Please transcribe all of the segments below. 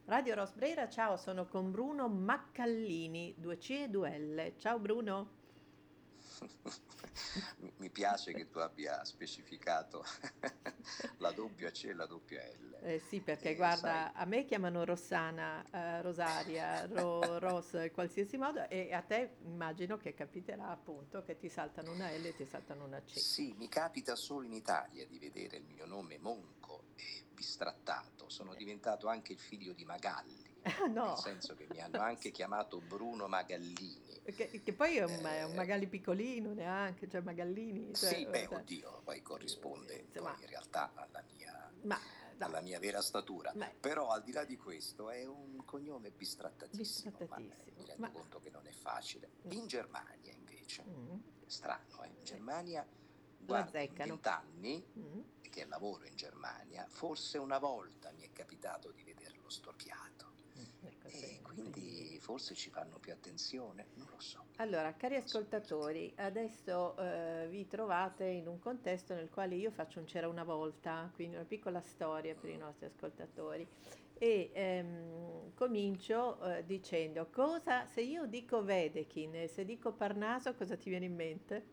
Radio Rosbrera, ciao, sono con Bruno Maccallini, 2C e 2L. Ciao Bruno. Mi piace che tu abbia specificato la doppia C e la doppia L. Sì, perché E sai, guarda, a me chiamano Rossana, Rosaria, Ros, in qualsiasi modo, e a te immagino che capiterà appunto che ti saltano una L e ti saltano una C. sì, mi capita solo in Italia di vedere il mio nome monco e bistrattato. Sono diventato anche il figlio di Magalli, Ah nel no! senso che mi hanno anche chiamato Bruno Magallini. Che poi è un Eh, Magalli piccolino neanche, cioè Magallini, Sì, beh, cioè, oddio, poi corrisponde insomma, poi in realtà ma alla dai, mia vera statura, ma però al di là di questo è un cognome bistrattatissimo, ma mi bistrattatissimo, rendo ma... conto che non è facile. In Germania invece, Mm, strano, in eh, Germania, la guarda, in zeccano. 20 anni Mm. che lavoro in Germania, forse una volta mi è capitato di vederlo storpiato Ecco, e quindi... quindi forse ci fanno più attenzione, non lo so, Allora, cari non so dirti. ascoltatori, adesso vi trovate in un contesto nel quale io faccio un c'era una volta, quindi una piccola storia per i Mm. nostri ascoltatori. E comincio dicendo, cosa, se io dico Wedekind e se dico Parnaso, cosa ti viene in mente?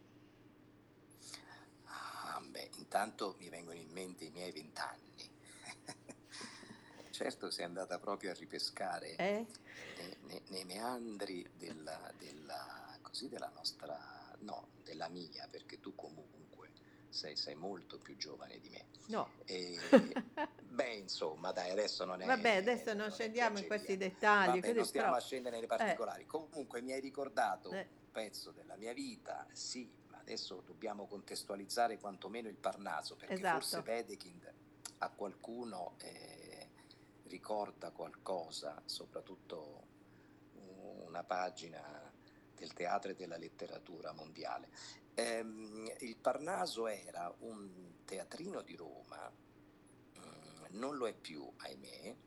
Ah, beh, intanto mi vengono in mente i miei 20 anni. Certo, sei andata proprio a ripescare Eh? nei meandri così della nostra, no, della mia, perché tu comunque sei molto più giovane di me. No. Beh, insomma, dai, adesso Vabbè, adesso non non è scendiamo in questi piaggeria. dettagli, Vabbè, così, non stiamo però... a scendere nei Eh, particolari. Comunque mi hai ricordato eh, un pezzo della mia vita, sì, ma adesso dobbiamo contestualizzare quantomeno il Parnaso, perché forse esatto. Wedekind a qualcuno ricorda qualcosa, soprattutto una pagina del teatro e della letteratura mondiale. Il Parnaso era un teatrino di Roma, non lo è più, ahimè,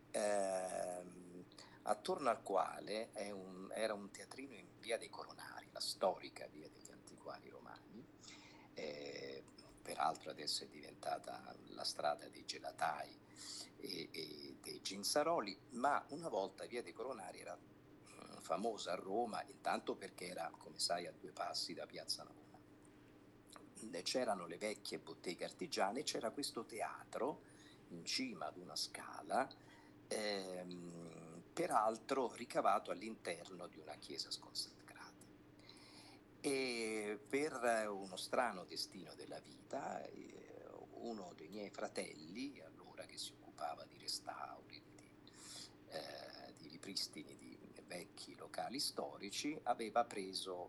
attorno al quale era un teatrino in via dei Coronari, la storica via degli antiquari romani. eh, Peraltro adesso è diventata la strada dei gelatai e dei ginzaroli, ma una volta via dei Coronari era famosa a Roma, intanto perché era, come sai, a due passi da Piazza Navona. C'erano le vecchie botteghe artigiane, c'era questo teatro in cima ad una scala, peraltro ricavato all'interno di una chiesa sconsacrata. E per uno strano destino della vita, uno dei miei fratelli, allora che si occupava di restauri, di ripristini di vecchi locali storici, aveva preso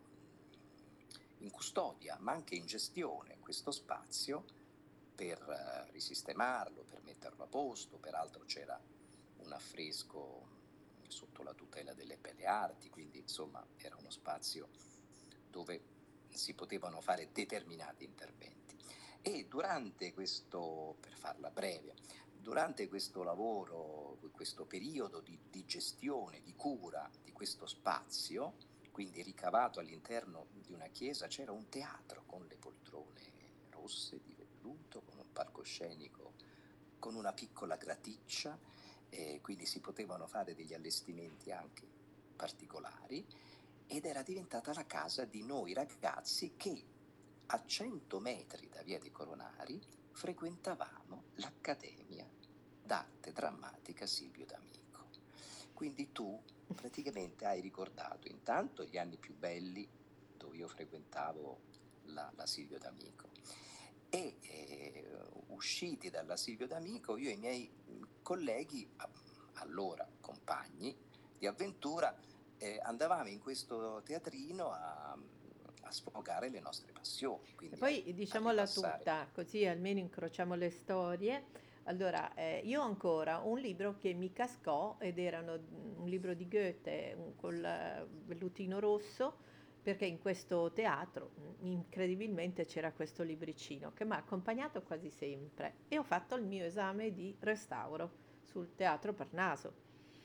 in custodia, ma anche in gestione questo spazio per risistemarlo, per metterlo a posto. Peraltro c'era un affresco sotto la tutela delle belle arti, quindi insomma era uno spazio dove si potevano fare determinati interventi. E durante questo, per farla breve, durante questo lavoro, questo periodo di gestione, di cura di questo spazio, quindi ricavato all'interno di una chiesa, c'era un teatro con le poltrone rosse di velluto, con un palcoscenico, con una piccola graticcia, quindi si potevano fare degli allestimenti anche particolari ed era diventata la casa di noi ragazzi che a 100 metri da Via dei Coronari frequentavamo l'Accademia d'Arte Drammatica Silvio D'Amico. Quindi tu praticamente hai ricordato intanto gli anni più belli dove io frequentavo la Silvio D'Amico e usciti dalla Silvio D'Amico io e i miei colleghi, allora compagni di avventura, andavamo in questo teatrino a sfogare le nostre passioni, E quindi poi a diciamola ripassare. tutta, così almeno incrociamo le storie. Allora, io ho ancora un libro che mi cascò ed era un libro di Goethe col vellutino rosso, perché in questo teatro incredibilmente c'era questo libricino che mi ha accompagnato quasi sempre e ho fatto il mio esame di restauro sul Teatro Parnaso.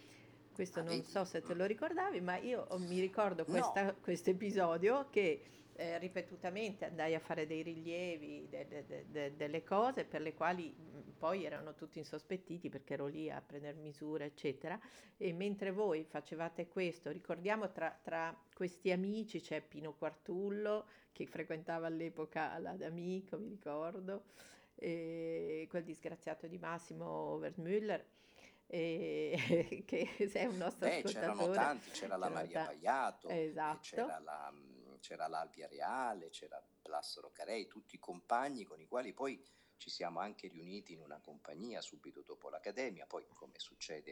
Questo Ah, non vedi? so se te lo ricordavi, ma io mi ricordo No, questo episodio che ripetutamente andai a fare dei rilievi, delle cose per le quali poi erano tutti insospettiti perché ero lì a prendere misure, eccetera. E mentre voi facevate questo, ricordiamo tra questi amici c'è Pino Quartullo che frequentava all'epoca la D'Amico, mi ricordo, e quel disgraziato di Massimo Wertmüller, che è un nostro Beh, c'erano ascoltatore. tanti, c'era la C'erano Maria ta- Paiato, esatto. c'era l'Alvia Reale, c'era Blasso Carei, tutti compagni con i quali poi ci siamo anche riuniti in una compagnia subito dopo l'Accademia, poi come succede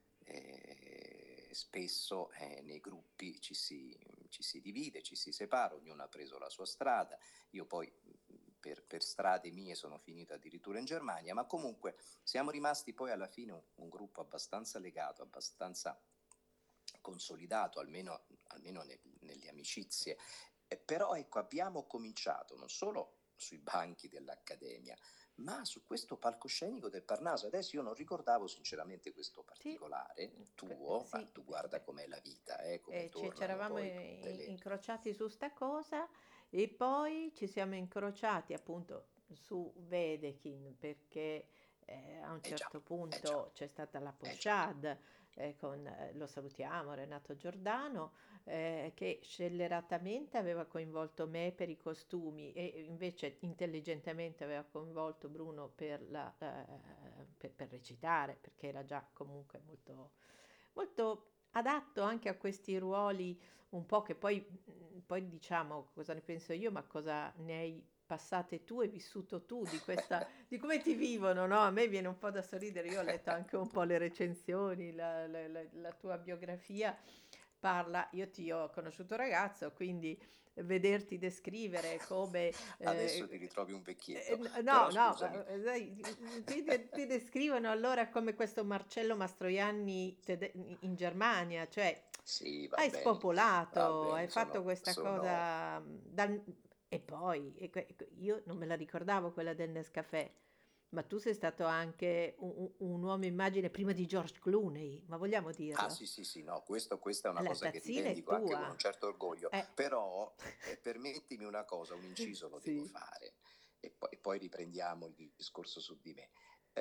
spesso nei gruppi ci si divide, ci si separa, ognuno ha preso la sua strada, io poi per strade mie sono finito addirittura in Germania, ma comunque siamo rimasti poi alla fine un gruppo abbastanza legato, abbastanza consolidato, almeno nelle amicizie. Però ecco, abbiamo cominciato non solo sui banchi dell'Accademia, ma su questo palcoscenico del Parnaso. Adesso io non ricordavo sinceramente questo Sì, particolare tuo, ma sì, tu guarda com'è la vita, come ci tornano eravamo poi tutte le... incrociati su sta cosa e poi ci siamo incrociati appunto su Wedekind perché a un Già, certo già, punto c'è stata la già. Pochade lo salutiamo, Renato Giordano, che scelleratamente aveva coinvolto me per i costumi e invece intelligentemente aveva coinvolto Bruno per recitare, perché era già comunque molto, molto adatto anche a questi ruoli un po' che poi diciamo cosa ne penso io, ma cosa ne hai passate tu e vissuto tu di questa, di come ti vivono, no? A me viene un po' da sorridere, io ho letto anche un po' le recensioni, la tua biografia parla, io ti ho conosciuto ragazzo, quindi vederti descrivere come... Adesso ti ritrovi un vecchietto, no, però no, scusami. ti descrivono allora come questo Marcello Mastroianni in Germania, cioè Sì, hai va spopolato, hai bene, fatto questa sono cosa e poi io non me la ricordavo quella del Nescafè, ma tu sei stato anche un uomo immagine prima di George Clooney, ma vogliamo Ah dirlo? sì, sì, sì, no, questa è una La cosa che tazzina è rivendico anche con tua. un certo orgoglio, Eh. però permettimi una cosa, un inciso lo devo Sì, fare e poi riprendiamo il discorso su di me.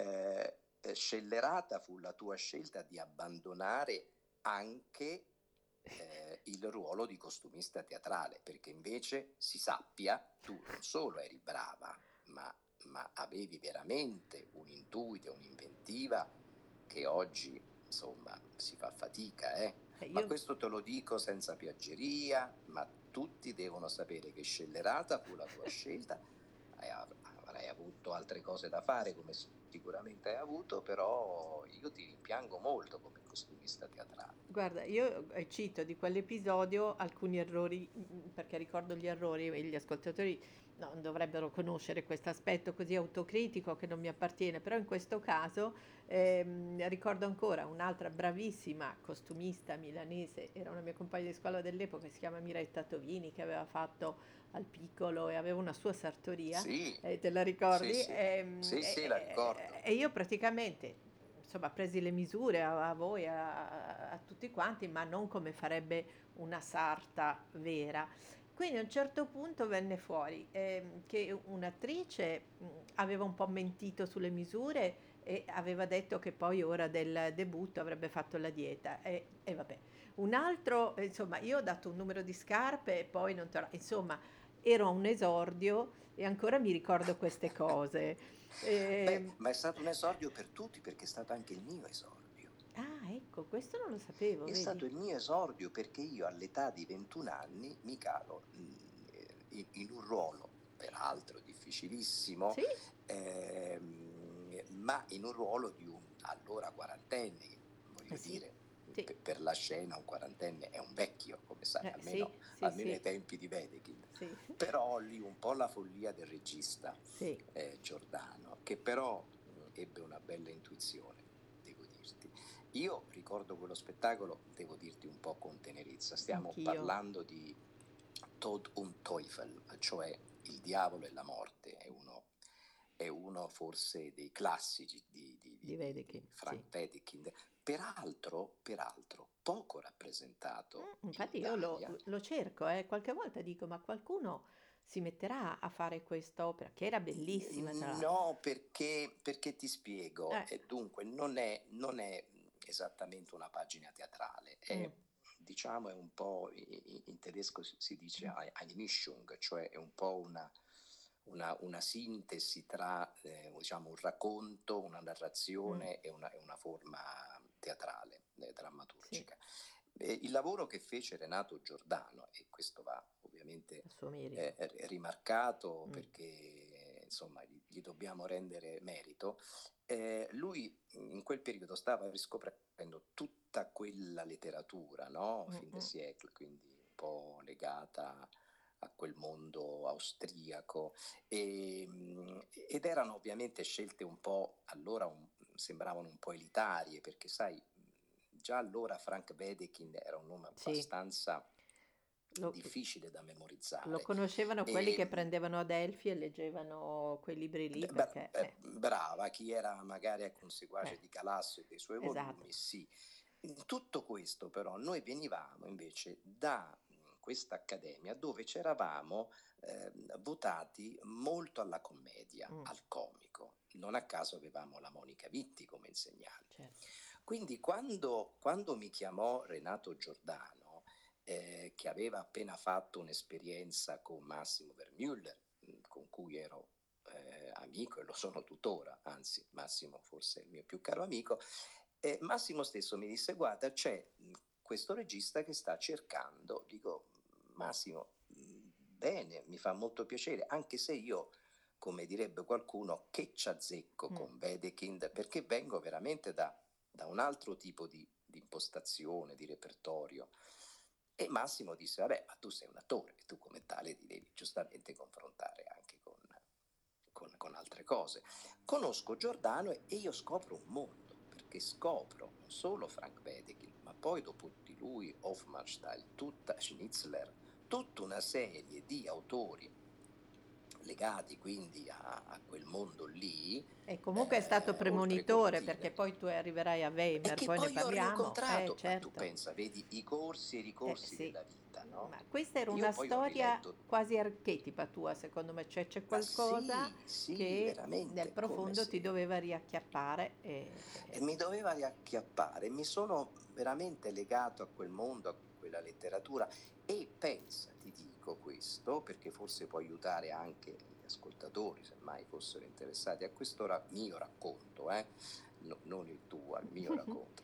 Scellerata fu la tua scelta di abbandonare anche il ruolo di costumista teatrale, perché invece si sappia, tu non solo eri brava, ma avevi veramente un intuito, un'inventiva che oggi insomma si fa fatica, ma io questo te lo dico senza piaggeria, ma tutti devono sapere che scellerata fu la tua scelta, avrai avuto altre cose da fare come sicuramente hai avuto, però io ti rimpiango molto come costumista teatrale. Guarda, io cito di quell'episodio alcuni errori, perché ricordo gli errori e gli ascoltatori non dovrebbero conoscere questo aspetto così autocritico che non mi appartiene, però in questo caso ricordo ancora un'altra bravissima costumista milanese, era una mia compagna di scuola dell'epoca, si chiama Miretta Tovini, che aveva fatto al piccolo e aveva una sua sartoria, Sì, te la sì, ricordi? sì, sì, sì, la ricordo. E io praticamente insomma, presi le misure a voi, a tutti quanti, ma non come farebbe una sarta vera. Quindi a un certo punto venne fuori che un'attrice aveva un po' mentito sulle misure e aveva detto che poi ora del debutto avrebbe fatto la dieta e vabbè. Un altro, insomma, io ho dato un numero di scarpe e poi non te insomma, ero a un esordio e ancora mi ricordo queste cose. Beh, Ehm, ma è stato un esordio per tutti perché è stato anche il mio esordio. Ah, ecco, questo non lo sapevo, È vedi? stato il mio esordio perché io all'età di 21 anni mi calo in un ruolo, peraltro difficilissimo, Sì, ma in un ruolo di un allora quarantenne, che voglio sì, dire, sì, per la scena un quarantenne è un vecchio, come sai, sì, sì, almeno ai sì, tempi di Wedekind. sì, Però lì un po' la follia del regista sì, Giordano, che però ebbe una bella intuizione, devo dirti. Io ricordo quello spettacolo, devo dirti un po' con tenerezza, stiamo anch'io. parlando di Tod und Teufel, cioè il diavolo e la morte, è uno forse dei classici Di di Wedekind, sì. Frank Wedekind, peraltro poco rappresentato in Infatti io Italia. lo cerco, qualche volta dico, ma qualcuno si metterà a fare quest'opera, che era bellissima tra l'altro. No, perché ti spiego, Eh, e dunque non è esattamente una pagina teatrale, mm, diciamo, è un po', in tedesco si dice eine Mischung, cioè è un po' una sintesi tra diciamo, un racconto, una mm, narrazione e una forma teatrale, sì, drammaturgica. Il lavoro che fece Renato Giordano, e questo va ovviamente a suo merito. rimarcato Mm, perché insomma gli dobbiamo rendere merito. Lui in quel periodo stava riscoprendo tutta quella letteratura, no? mm, Fin de mm, siècle, quindi un po' legata a quel mondo austriaco ed erano ovviamente scelte un po' allora sembravano un po' elitarie perché sai già allora Frank Wedekind era un nome sì, abbastanza lo, difficile da lo memorizzare. conoscevano quelli E, che prendevano Adelphi e leggevano quei libri lì perché, brava, chi era magari un seguace eh, di Calasso e dei suoi esatto. volumi, sì. In tutto questo però noi venivamo invece da questa accademia dove c'eravamo votati molto alla commedia, Mm, al comico. Non a caso avevamo la Monica Vitti come insegnante. certo. Quindi quando mi chiamò Renato Giordano, che aveva appena fatto un'esperienza con Massimo Vermeulen, con cui ero amico e lo sono tuttora, anzi Massimo forse è il mio più caro amico, Massimo stesso mi disse guarda c'è questo regista che sta cercando, dico Massimo, bene, mi fa molto piacere, anche se io, come direbbe qualcuno, che c'azzecco Mm, con Wedekind, perché vengo veramente da un altro tipo di impostazione, di repertorio. E Massimo disse, vabbè, ma tu sei un attore, e tu come tale ti devi giustamente confrontare anche con altre cose. Conosco Giordano e io scopro un mondo, perché scopro non solo Frank Wedekind, ma poi dopo di lui Hofmannsthal, tutta Schnitzler, tutta una serie di autori legati quindi a quel mondo lì, E comunque è stato oltre premonitore perché confine. poi tu arriverai a E Weimar, che poi ne poi ho parliamo, rincontrato, ma tu certo. pensa, vedi i corsi e i ricorsi Sì, della vita, no? ma questa era Io una poi ho storia riletto, quasi archetipa tua, secondo me, cioè c'è ma qualcosa sì, sì, che nel veramente, come profondo ti se doveva riacchiappare e mi doveva riacchiappare, mi sono veramente legato a quel mondo, a quella letteratura e pensa, ti dico questo, perché forse può aiutare anche gli ascoltatori, se mai fossero interessati a questo mio racconto, non il tuo, il mio racconto.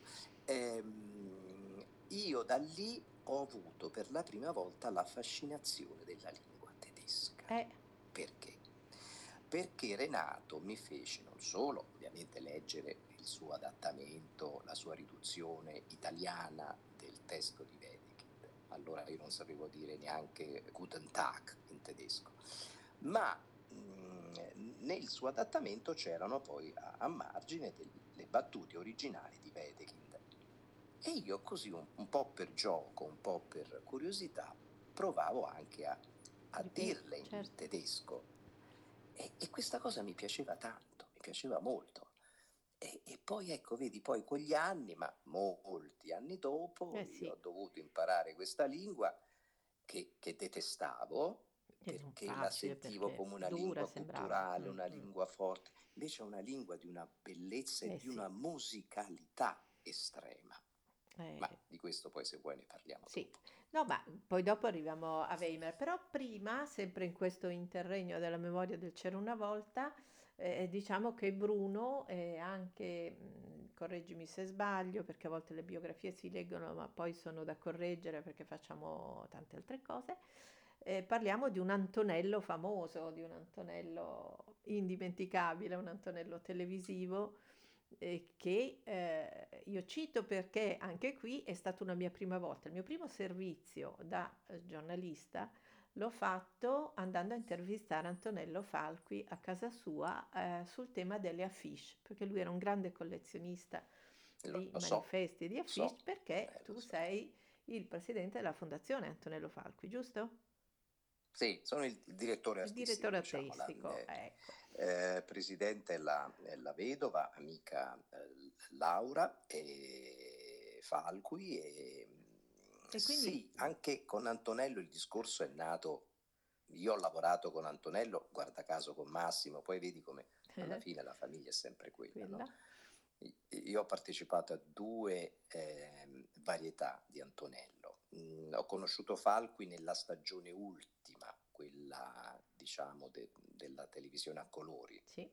Io da lì ho avuto per la prima volta la fascinazione della lingua tedesca. eh, Perché? Perché Renato mi fece non solo ovviamente leggere il suo adattamento, la sua riduzione italiana del testo di Wedekind, allora io non sapevo dire neanche Guten Tag in tedesco, ma nel suo adattamento c'erano poi a margine delle battute originali di Wedekind e io così un po' per gioco, un po' per curiosità, provavo anche a dirle in certo. tedesco e questa cosa mi piaceva tanto, mi piaceva molto. E poi ecco, vedi, poi con gli anni, ma molti anni dopo, Eh io sì, ho dovuto imparare questa lingua che detestavo che non perché la facile sentivo perché come una dura lingua sembrava. culturale, una lingua forte, invece è una lingua di una bellezza e Eh di sì, una musicalità estrema. Ma eh, di questo poi se vuoi ne parliamo sì. dopo. No, ma poi dopo arriviamo a Weimar, però prima, sempre in questo interregno della memoria del c'era una volta, diciamo che Bruno è anche, correggimi se sbaglio, perché a volte le biografie si leggono, ma poi sono da correggere perché facciamo tante altre cose. Parliamo di un Antonello famoso, di un Antonello indimenticabile, un Antonello televisivo che io cito perché anche qui è stata una mia prima volta. Il mio primo servizio da giornalista l'ho fatto andando a intervistare Antonello Falqui a casa sua sul tema delle affiche, perché lui era un grande collezionista di Lo so, manifesti e di lo affiche, so, perché lo tu so. sei il presidente della fondazione Antonello Falqui, giusto? Sì, sono il direttore Il artistico, direttore diciamo, artistico, ecco. presidente è la vedova, amica Laura, Falqui E quindi, sì, anche con Antonello il discorso è nato. Io ho lavorato con Antonello, guarda caso con Massimo, poi vedi come alla fine la famiglia è sempre quella, no? quella, Io ho partecipato a due varietà di Antonello. Ho conosciuto Falqui nella stagione ultima, quella diciamo della televisione a colori. sì,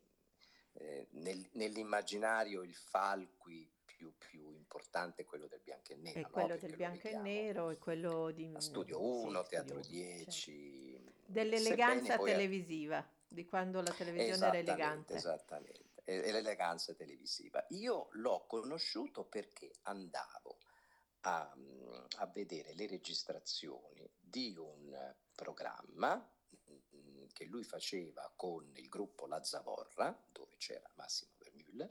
Nell'immaginario il Falqui più importante è quello del bianco e è nero, no? quello del Perché lo bianco e vediamo nero e quello di, a Studio sì, 1, Studio Teatro 1, certo. 10, sebbene Dell'eleganza poi televisiva, di quando la televisione era esattamente, elegante. esattamente, e l'eleganza televisiva. Io l'ho conosciuto perché andavo a vedere le registrazioni di un programma che lui faceva con il gruppo La Zavorra, dove c'era Massimo Vermüller.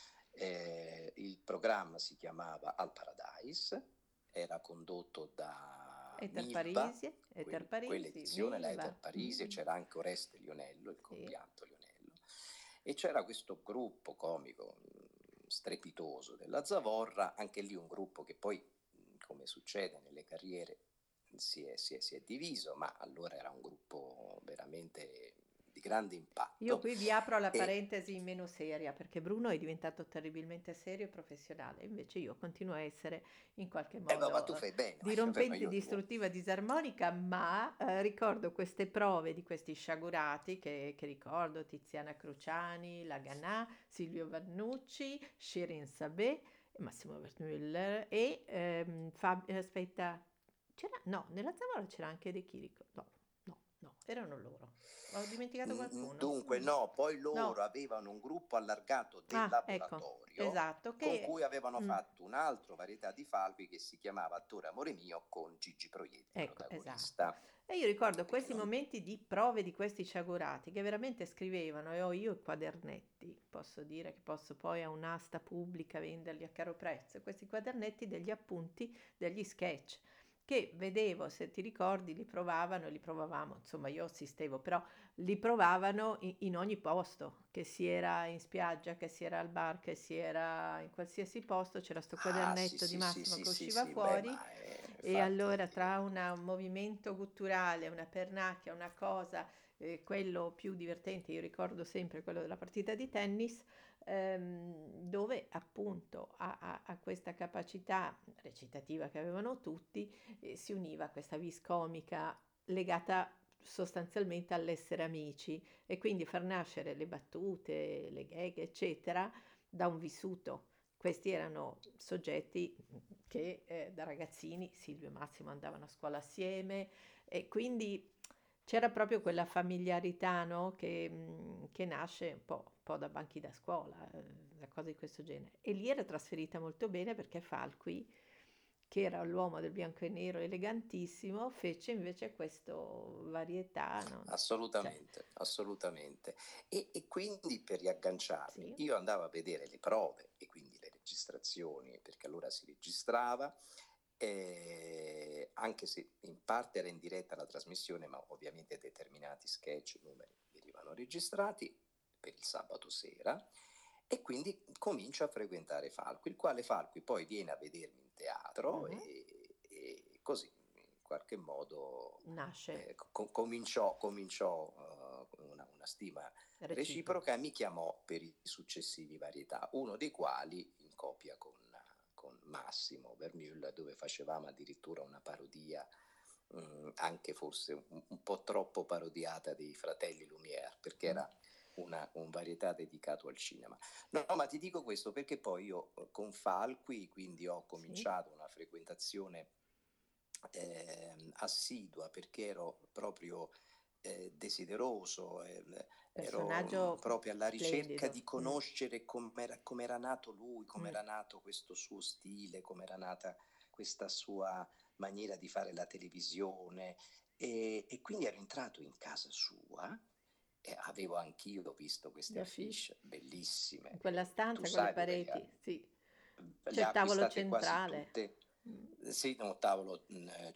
Il programma si chiamava Al Paradise, era condotto da Eter Milva, Parisi, Eter Parisi, quell'edizione, la Milva, Eter Parisi, e c'era anche Oreste Lionello, il sì. compianto Lionello, e c'era questo gruppo comico strepitoso della Zavorra, anche lì un gruppo che poi, come succede nelle carriere, si è diviso, ma allora era un gruppo veramente di grande Io impatto. qui vi apro la E parentesi meno seria perché Bruno è diventato terribilmente serio e professionale, invece io continuo a essere in qualche ma modo tu fai bene, ma dirompente, io distruttiva, disarmonica, ma ricordo queste prove di questi sciagurati che ricordo, Tiziana Cruciani, La Ganà, Silvio Vannucci, Shirin Sabé, Massimo Wertmüller e aspetta, c'era, no, nella Zavorra c'era anche De Chirico, no, no, no, erano loro. Ho dimenticato qualcuno? Dunque, no, poi No. loro avevano un gruppo allargato del Ah, ecco, laboratorio esatto, con che cui avevano mm, fatto un'altra varietà di Falqui che si chiamava Attore amore mio, con Gigi Proietti ecco, esatto. protagonista. E io ricordo Perché questi non... momenti di prove di questi sciagurati che veramente scrivevano e ho io i quadernetti, posso dire che posso poi a un'asta pubblica venderli a caro prezzo, questi quadernetti degli appunti degli sketch che vedevo, se ti ricordi, li provavamo, insomma io assistevo, però li provavano in ogni posto, che si era in spiaggia, che si era al bar, che si era in qualsiasi posto, c'era sto Ah, sì, quadernetto di sì, sì, Massimo sì, che sì, usciva sì, beh, fuori ma e infatti... allora tra un movimento gutturale, una pernacchia, una cosa, quello più divertente, io ricordo sempre quello della partita di tennis, dove appunto a questa capacità recitativa che avevano tutti si univa questa vis comica legata sostanzialmente all'essere amici e quindi far nascere le battute, le gag, eccetera, da un vissuto. Questi erano soggetti che da ragazzini Silvio e Massimo andavano a scuola assieme e quindi c'era proprio quella familiarità, no? Che nasce un po' da banchi da scuola, da cose di questo genere. E lì era trasferita molto bene perché Falqui, che era l'uomo del bianco e nero elegantissimo, fece invece questa varietà, no? Cioè, Assolutamente, assolutamente. E quindi per riagganciarmi, sì, io andavo a vedere le prove e quindi le registrazioni, perché allora si registrava, anche se in parte era in diretta la trasmissione, ma ovviamente determinati sketch, numeri venivano registrati per il sabato sera. E quindi comincio a frequentare Falqui, il quale Falqui poi viene a vedermi in teatro mhm, e così in qualche modo nasce cominciò una stima reciproca. reciproca e mi chiamò per i successivi varietà, uno dei quali in coppia con Massimo Vermüller, dove facevamo addirittura una parodia, anche forse un po' troppo parodiata dei fratelli Lumière, perché Mm, era un varietà dedicato al cinema. No, ma ti dico questo perché poi io con Falqui quindi ho sì, cominciato una frequentazione assidua perché ero proprio desideroso, ero personaggio proprio alla ricerca splendido. di conoscere com'era nato lui, Mm. com'era nato questo suo stile, com'era nata questa sua maniera di fare la televisione e quindi ero entrato in casa sua e avevo anch'io visto Gli queste affiche. affiche bellissime In quella che tu stanza con le sai dove pareti, sì. le C'è ha il tavolo acquistate quasi centrale. tutte. Mm. Sì, un tavolo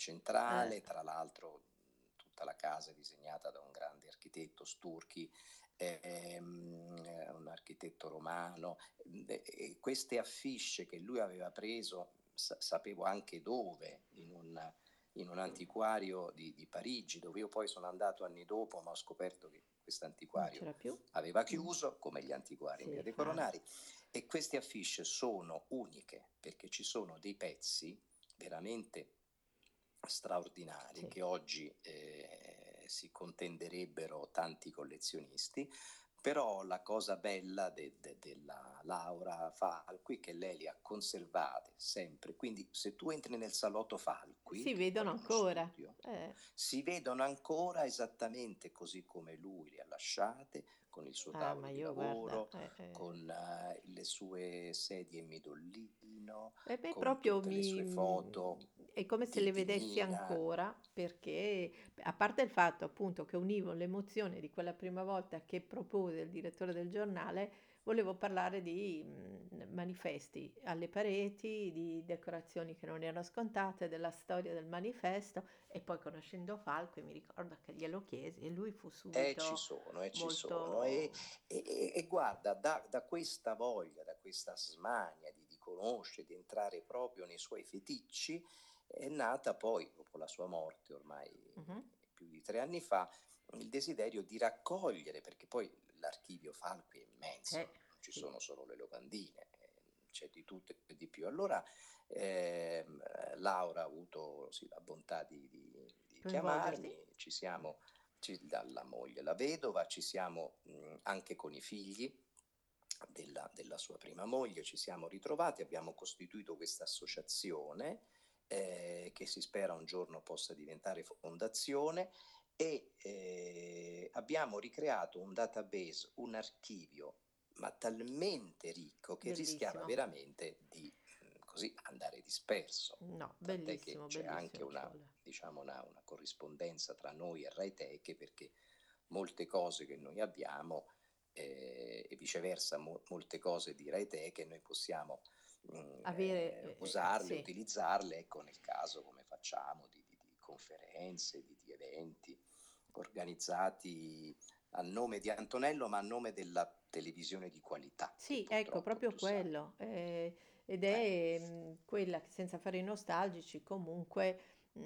Eh, centrale, tra l'altro tutta la casa è disegnata da un grande architetto Sturchi, un architetto romano. Queste affisce che lui aveva preso, sapevo anche dove, in un antiquario di Parigi, dove io poi sono andato anni dopo, ma ho scoperto che questo Non antiquario c'era più? aveva chiuso, come gli antiquari in Sì, via dei infatti. Coronari, e queste affisce sono uniche perché ci sono dei pezzi veramente straordinari Sì. che oggi si contenderebbero tanti collezionisti, però la cosa bella della Laura Falqui è che lei li ha conservate sempre, quindi se tu entri nel salotto Falqui, Si che vedono poi è uno ancora. studio, si vedono ancora esattamente così come lui le ha lasciate, con il suo Ah, ma tavolo di io guarda, lavoro, con le sue sedie in midollino, e beh, con proprio tutte le sue foto è come se le di vedessi Mina. ancora, perché a parte il fatto appunto che univo l'emozione di quella prima volta che propose il direttore del giornale, volevo parlare di manifesti alle pareti, di decorazioni che non erano scontate, della storia del manifesto e poi conoscendo Falco mi ricordo che glielo chiesi e lui fu Ci subito sono, ci sono. molto... E guarda, da questa voglia, da questa smania di conoscere, di entrare proprio nei suoi feticci, è nata poi, dopo la sua morte, ormai Mhm. più di 3 anni fa, il desiderio di raccogliere, perché poi l'archivio Falqui è immenso, non ci Sì, sono solo le locandine, c'è di tutto e di più. Allora Laura ha avuto sì, la bontà di coinvolgerti. chiamarmi, dalla moglie, la vedova, ci siamo anche con i figli della sua prima moglie, ci siamo ritrovati, abbiamo costituito questa associazione che si spera un giorno possa diventare fondazione e abbiamo ricreato un database, un archivio, ma talmente ricco che rischiava Bellissimo. veramente di così andare disperso. No, Tant'è che bellissimo, c'è anche bellissimo ci una, vuole. diciamo, una corrispondenza tra noi e Raiteche, perché molte cose che noi abbiamo e viceversa molte cose di Raiteche noi possiamo Avere, usarle, sì. utilizzarle, ecco, nel caso come facciamo di conferenze, di eventi organizzati a nome di Antonello, ma a nome della televisione di qualità, che Sì, ecco, purtroppo proprio tu sai. quello. Ed è quella che senza fare i nostalgici comunque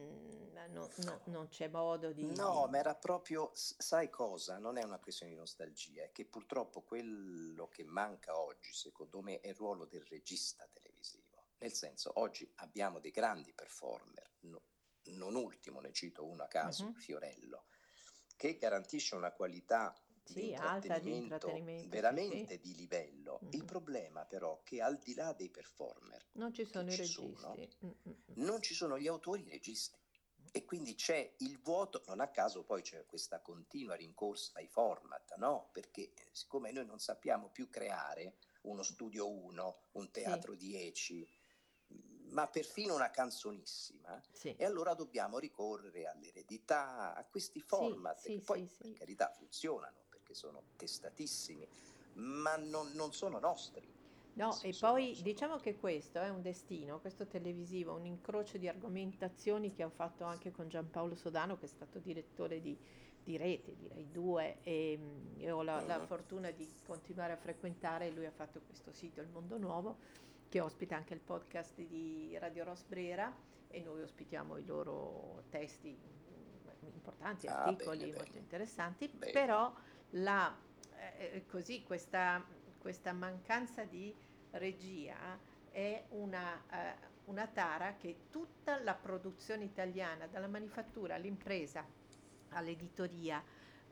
non c'è modo No, ma era proprio, sai cosa? Non è una questione di nostalgia, è che purtroppo quello che manca oggi, secondo me, è il ruolo del regista televisivo. Nel senso, oggi abbiamo dei grandi performer, non ultimo, ne cito uno a caso, Mhm. Fiorello, che garantisce una qualità di Sì, alta di intrattenimento intrattenimento, sì, sì. veramente di livello. Il Mhm. problema però è che al di là dei performer Non ci che sono i ci sono, registi. non ci sono gli autori e i registi. E quindi c'è il vuoto, non a caso poi c'è questa continua rincorsa ai format, no? Perché siccome noi non sappiamo più creare uno studio 1, un Sì, teatro 10, ma perfino una canzonissima, sì, e allora dobbiamo ricorrere all'eredità, a questi sì, format sì, che poi sì, per sì. carità funzionano perché sono testatissimi, ma non sono nostri. No, e poi Sono... diciamo che questo è un destino, questo televisivo, un incrocio di argomentazioni che ho fatto anche con Giampaolo Sodano, che è stato direttore di Rete, di Rai 2, e io ho la Mhm. fortuna di continuare a frequentare, lui ha fatto questo sito Il Mondo Nuovo, che ospita anche il podcast di Radio Rosbrera e noi ospitiamo i loro testi importanti, Ah, bene, articoli molto bene, interessanti, bene. però la, così questa mancanza di regia è una tara che tutta la produzione italiana, dalla manifattura all'impresa all'editoria,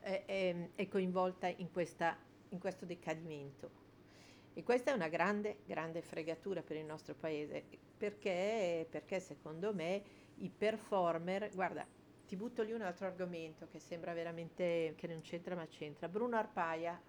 è coinvolta in questo decadimento. E questa è una grande, grande fregatura per il nostro paese, perché secondo me i performer, guarda, ti butto lì un altro argomento che sembra veramente che non c'entra, ma c'entra. Bruno Arpaia,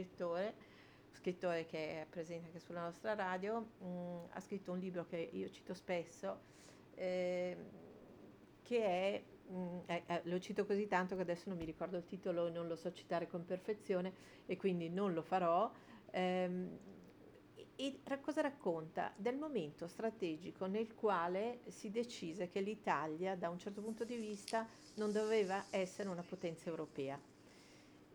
scrittore che è presente anche sulla nostra radio, ha scritto un libro che io cito spesso, eh, che è, lo cito così tanto che adesso non mi ricordo il titolo, non lo so citare con perfezione e quindi non lo farò. Ehm, cosa racconta? Del momento strategico nel quale si decise che l'Italia, da un certo punto di vista, non doveva essere una potenza europea.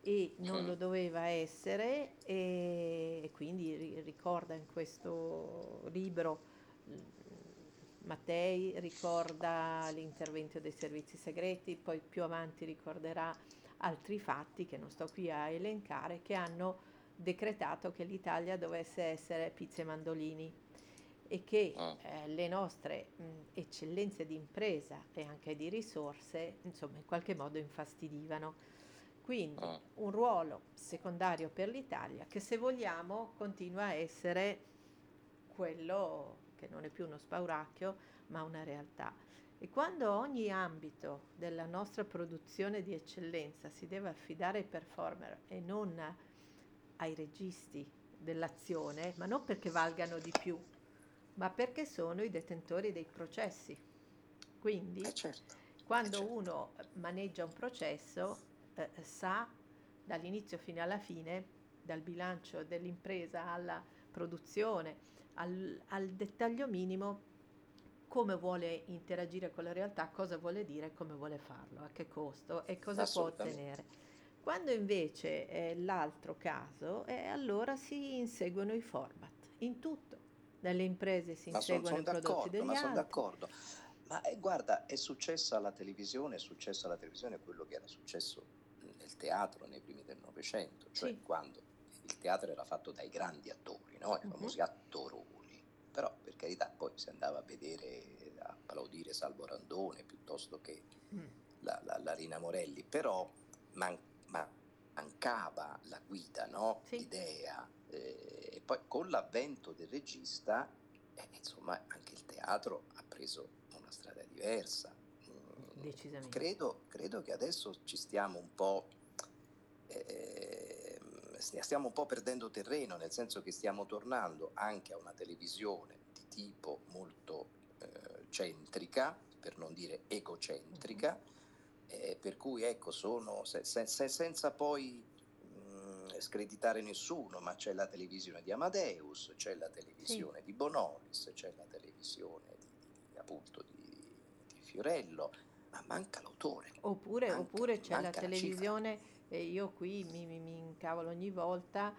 e non lo mm, doveva essere, e quindi ricorda in questo libro, mm, Mattei ricorda l'intervento dei servizi segreti, poi più avanti ricorderà altri fatti che non sto qui a elencare, che hanno decretato che l'Italia dovesse essere pizza e mandolini e che mm, le nostre eccellenze di impresa e anche di risorse, insomma, in qualche modo infastidivano. Quindi mm. un ruolo secondario per l'Italia che, se vogliamo, continua a essere quello che non è più uno spauracchio, ma una realtà. E quando ogni ambito della nostra produzione di eccellenza si deve affidare ai performer e non ai registi dell'azione, ma non perché valgano di più, ma perché sono i detentori dei processi. Quindi, Certo, quando certo. uno maneggia un processo, sa dall'inizio fino alla fine, dal bilancio dell'impresa alla produzione, al dettaglio minimo, come vuole interagire con la realtà, cosa vuole dire, come vuole farlo, a che costo e cosa può Assolutamente. ottenere. Quando invece è l'altro caso, allora si inseguono i format, in tutto. Nelle imprese si Ma sono inseguono i prodotti d'accordo, degli ma sono altri. d'accordo. Ma guarda, è successo alla televisione quello che era successo nel teatro nei primi del Novecento, cioè Sì. quando il teatro era fatto dai grandi attori, no? I Mhm. famosi attoroni. Però, per carità, poi si andava a vedere, a applaudire Salvo Randone piuttosto che Mm. la Rina Morelli, però man- mancava la guida, no? Sì, L'idea. E poi con l'avvento del regista, insomma, anche il teatro ha preso una strada diversa. decisamente. Credo che adesso ci stiamo un po', stiamo un po' perdendo terreno, nel senso che stiamo tornando anche a una televisione di tipo molto centrica, per non dire Mhm. egocentrica, per cui ecco, senza poi screditare nessuno, ma c'è la televisione di Amadeus, c'è la Sì. televisione di Bonolis, c'è la televisione appunto di Fiorello, ma manca l'autore, Oppure c'è la manca la cifra. televisione, e io qui mi incavolo ogni volta,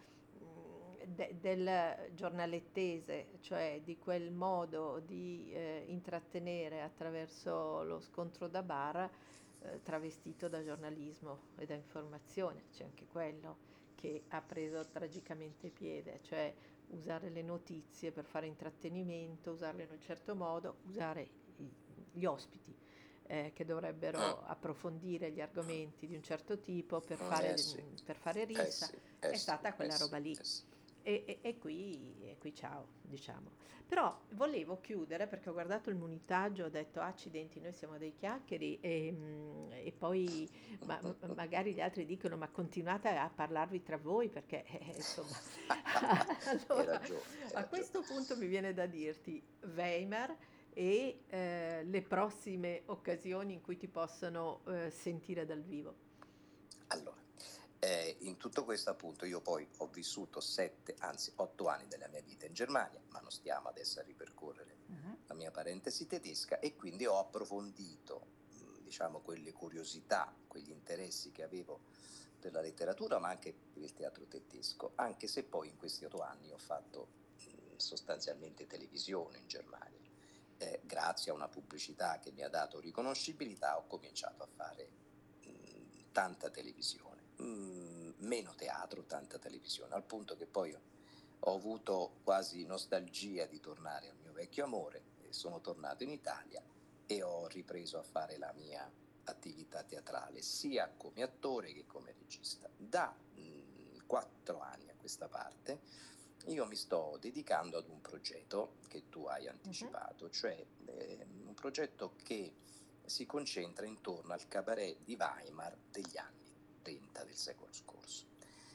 del giornalettese, cioè di quel modo di intrattenere attraverso lo scontro da bar, travestito da giornalismo e da informazione. C'è anche quello che ha preso tragicamente piede, cioè usare le notizie per fare intrattenimento, usarle in un certo modo, usare gli ospiti che Mm, dovrebbero approfondire gli argomenti di un certo tipo sì, per fare eh rissa, sì, è eh sì, stata eh quella sì, roba lì. eh sì. E qui ciao, diciamo. Però volevo chiudere perché ho guardato il monitaggio, ho detto accidenti, noi siamo dei chiacchieri e poi magari gli altri dicono ma continuate a parlarvi tra voi perché insomma. Hai Allora, ragione, hai a ragione. questo punto mi viene da dirti Weimar e le prossime occasioni in cui ti possono sentire dal vivo. Allora, in tutto questo appunto io poi ho vissuto 7, anzi 8 anni della mia vita in Germania, ma non stiamo adesso a ripercorrere Mhm. la mia parentesi tedesca e quindi ho approfondito, diciamo, quelle curiosità, quegli interessi che avevo per la letteratura, ma anche per il teatro tedesco, anche se poi in questi 8 anni ho fatto sostanzialmente televisione in Germania. Grazie a una pubblicità che mi ha dato riconoscibilità ho cominciato a fare tanta televisione, meno teatro, tanta televisione, al punto che poi ho avuto quasi nostalgia di tornare al mio vecchio amore e sono tornato in Italia e ho ripreso a fare la mia attività teatrale sia come attore che come regista. Da 4 anni a questa parte io mi sto dedicando ad un progetto che tu hai Mhm. anticipato, cioè un progetto che si concentra intorno al cabaret di Weimar degli anni 30 del secolo scorso.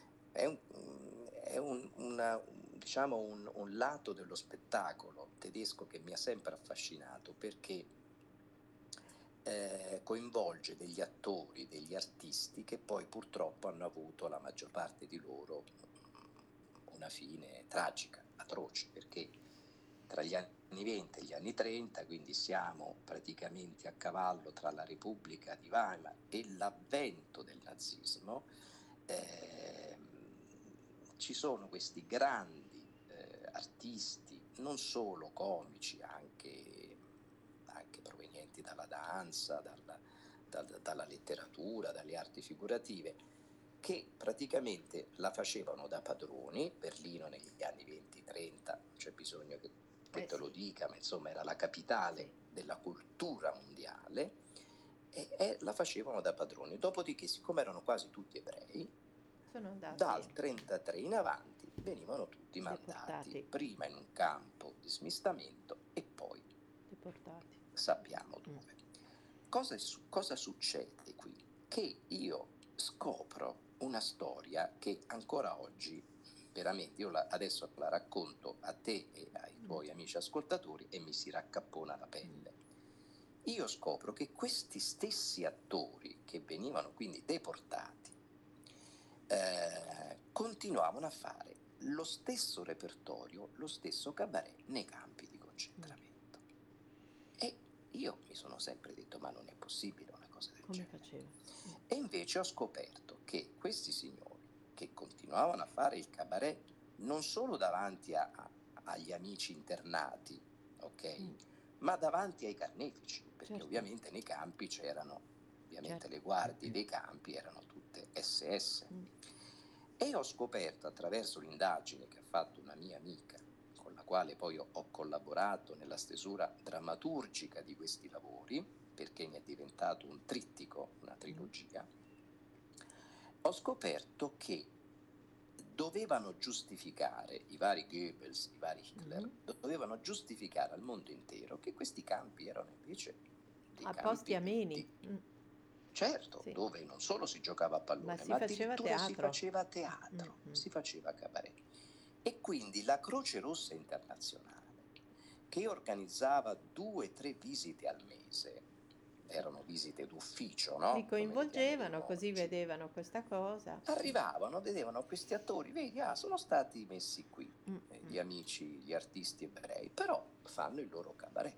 Diciamo un lato dello spettacolo tedesco che mi ha sempre affascinato perché coinvolge degli attori, degli artisti che poi purtroppo hanno avuto la maggior parte di loro una fine tragica, atroce, perché tra gli anni 20 e gli anni 30, quindi siamo praticamente a cavallo tra la Repubblica di Weimar e l'avvento del nazismo, ci sono questi grandi artisti, non solo comici, anche provenienti dalla danza, dalla letteratura, dalle arti figurative, che praticamente la facevano da padroni. Berlino negli anni 20-30, non c'è bisogno che te lo Sì, dica, ma insomma era la capitale sì, della cultura mondiale, e la facevano da padroni. Dopodiché, siccome erano quasi tutti ebrei, sono andati dal 33 in avanti venivano tutti mandati deportati, prima in un campo di smistamento e poi deportati. sappiamo Mm. dove. Cosa succede qui? Che io scopro una storia che ancora oggi, veramente, adesso la racconto a te e ai Mm. tuoi amici ascoltatori e mi si raccappona la Mm. pelle. Io scopro che questi stessi attori che venivano quindi deportati continuavano a fare lo stesso repertorio, lo stesso cabaret nei campi di Mm. concentramento. E io mi sono sempre detto, ma non è possibile una cosa del Come genere. faceva? Mm. E invece ho scoperto che questi signori, che continuavano a fare il cabaret non solo davanti agli amici internati, ok? Mm. Ma davanti ai carnefici, perché Certo, ovviamente nei campi c'erano, ovviamente certo. le guardie dei campi erano tutte SS. Mm. E ho scoperto, attraverso l'indagine che ha fatto una mia amica, con la quale poi ho collaborato nella stesura drammaturgica di questi lavori, perché ne è diventato un trittico, una Mm. trilogia, ho scoperto che dovevano giustificare i vari Goebbels, i vari Hitler, Mm. dovevano giustificare al mondo intero che questi campi erano invece dei A posti campi ameni. Mm. certo, Sì, dove non solo si giocava a ma pallone, si ma faceva addirittura si teatro. faceva Mm. teatro, Mm. si faceva cabaret. E quindi la Croce Rossa Internazionale, che organizzava 2 o 3 visite al mese, erano visite d'ufficio, Li no? Come le coinvolgevano, chiameremmo così oggi, vedevano questa cosa. arrivavano, vedevano questi attori, vedi, sono stati messi qui, Mm. Mm. gli amici, gli artisti ebrei, però fanno il loro cabaret.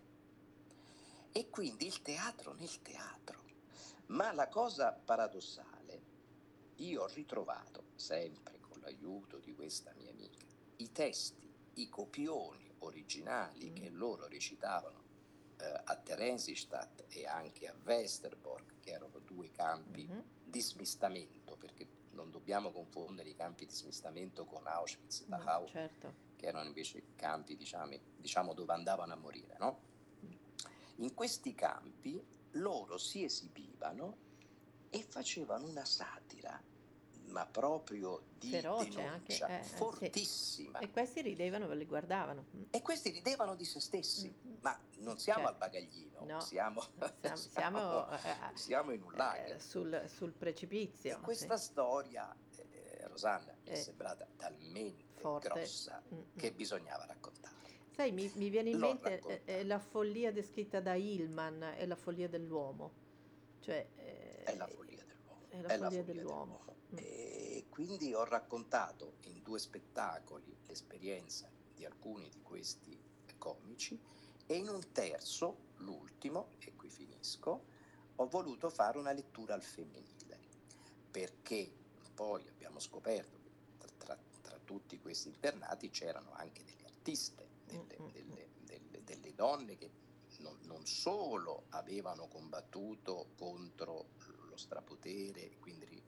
E quindi il teatro nel teatro. Ma la cosa paradossale, io ho ritrovato, sempre con l'aiuto di questa mia amica, i testi, i copioni originali Mm. che loro recitavano a Theresienstadt e anche a Westerbork, che erano 2 campi Mhm. di smistamento, perché non dobbiamo confondere i campi di smistamento con Auschwitz e Mm. Dachau, Certo. che erano invece campi, diciamo, dove andavano a morire, no? Mm. In questi campi loro si esibivano e facevano una satira, ma proprio di Feroce anche, denuncia, sì. fortissima. E questi ridevano e li guardavano. Mm. E questi ridevano di se Mm. stessi, Mm. ma non siamo al Certo. bagaglino, No, siamo, siamo, siamo, siamo in un lager. sul E precipizio, sì. questa storia, Rosanna, mi è È sembrata talmente forte. grossa Mm. Mm. che bisognava raccontarla. Sai, mi viene in L'ho mente la raccontata. follia descritta da Hillman e la follia dell'uomo, cioè È la follia dell'uomo, è la è la follia follia dell'uomo. dell'uomo. Mm. E quindi ho raccontato in 2 spettacoli l'esperienza di alcuni di questi comici e in un terzo, l'ultimo, e qui finisco, ho voluto fare una lettura al femminile, perché poi abbiamo scoperto che tra tutti questi internati c'erano anche delle artiste, Mm. Mm. Mm. delle donne che non solo avevano combattuto contro lo strapotere, quindi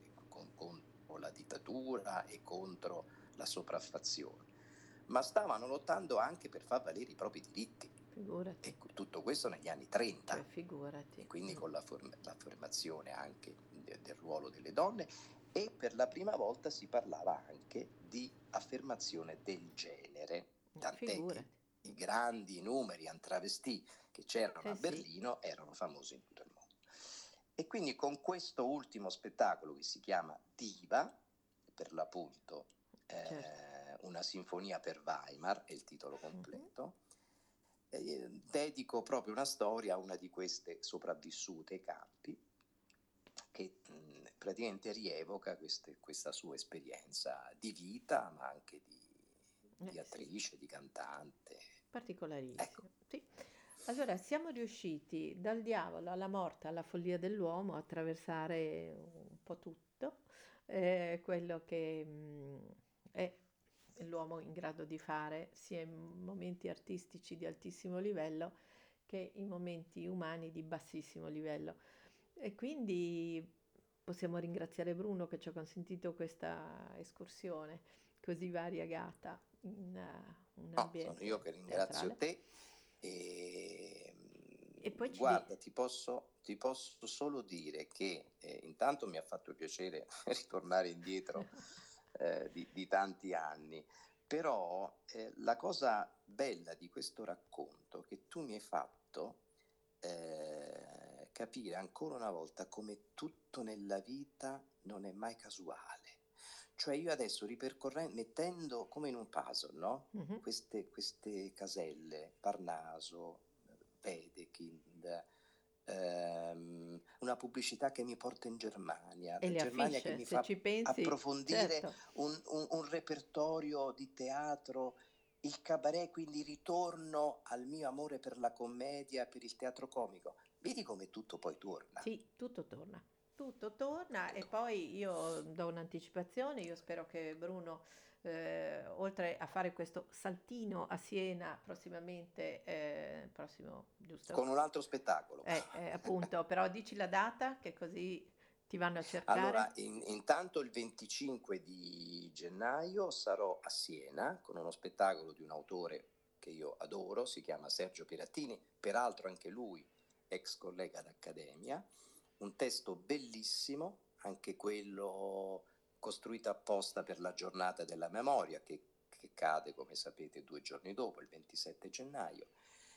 contro la dittatura e contro la sopraffazione, ma stavano lottando anche per far valere i propri diritti. Figurati, E tutto questo negli anni cioè 30, figurati. e quindi Mm. con l'affermazione anche del ruolo delle donne, e per la prima volta si parlava anche di affermazione del genere, tant'è che Figurati. i grandi numeri en travesti che c'erano a Eh sì, Berlino erano famosi in tutto il mondo. E quindi con questo ultimo spettacolo che si chiama Diva, per l'appunto certo. una sinfonia per Weimar, è il titolo Mhm. completo, dedico proprio una storia a una di queste sopravvissute ai campi che praticamente rievoca questa sua esperienza di vita, ma anche di Sì, attrice, di cantante. Ecco, particolarissimo. Sì. Allora, siamo riusciti dal diavolo alla morte alla follia dell'uomo a attraversare un po' tutto. quello che è l'uomo in grado di fare sia in momenti artistici di altissimo livello che in momenti umani di bassissimo livello. E quindi possiamo ringraziare Bruno che ci ha consentito questa escursione così variegata in un No, sono io ambiente che ringrazio teatrale. te e E poi guarda, ti posso solo dire che intanto mi ha fatto piacere ritornare indietro di tanti anni, però la cosa bella di questo racconto che tu mi hai fatto capire ancora una volta come tutto nella vita non è mai casuale. Cioè io adesso ripercorrendo, mettendo come in un puzzle, no? Mhm. Queste caselle, Parnaso, Wedekind, una pubblicità che mi porta in Germania, E la le Germania che affiche, mi se fa ci pensi, approfondire certo. un repertorio di teatro, il cabaret, quindi ritorno al mio amore per la commedia, per il teatro comico. Vedi come tutto poi torna. Sì, tutto torna e poi io do un'anticipazione, io spero che Bruno, oltre a fare questo saltino a Siena prossimamente, prossimo, giusto? Con un altro spettacolo. Appunto, però dici la data che così ti vanno a cercare. Allora, intanto il 25 di gennaio sarò a Siena con uno spettacolo di un autore che io adoro, si chiama Sergio Pirattini, peraltro anche lui ex collega d'Accademia, un testo bellissimo, anche quello costruito apposta per la giornata della memoria che cade, come sapete, 2 giorni dopo, il 27 gennaio.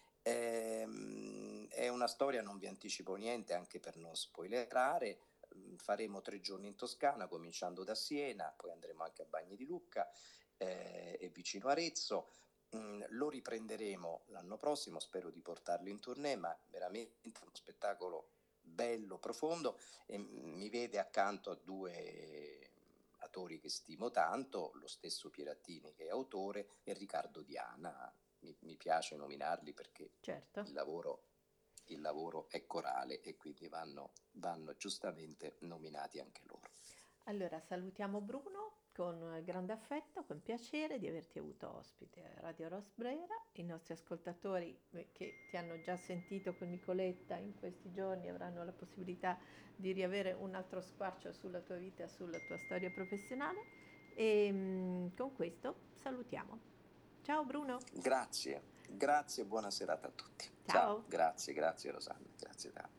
È una storia, non vi anticipo niente anche per non spoilerare. Faremo 3 giorni in Toscana, cominciando da Siena, poi andremo anche a Bagni di Lucca e vicino Arezzo. Lo riprenderemo l'anno prossimo, spero di portarlo in tournée, ma veramente uno spettacolo bello, profondo e mi vede accanto a due attori che stimo tanto, lo stesso Pierattini che è autore e Riccardo Diana. Mi piace nominarli perché Certo. il lavoro, il lavoro è corale e quindi vanno giustamente nominati anche loro. Allora salutiamo Bruno con grande affetto, con piacere di averti avuto ospite a Radio Rosbrera. I nostri ascoltatori che ti hanno già sentito con Nicoletta in questi giorni avranno la possibilità di riavere un altro squarcio sulla tua vita e sulla tua storia professionale. E con questo salutiamo. Ciao Bruno, Grazie, grazie e buona serata a tutti. Ciao, ciao! grazie Rosanna, grazie tanto.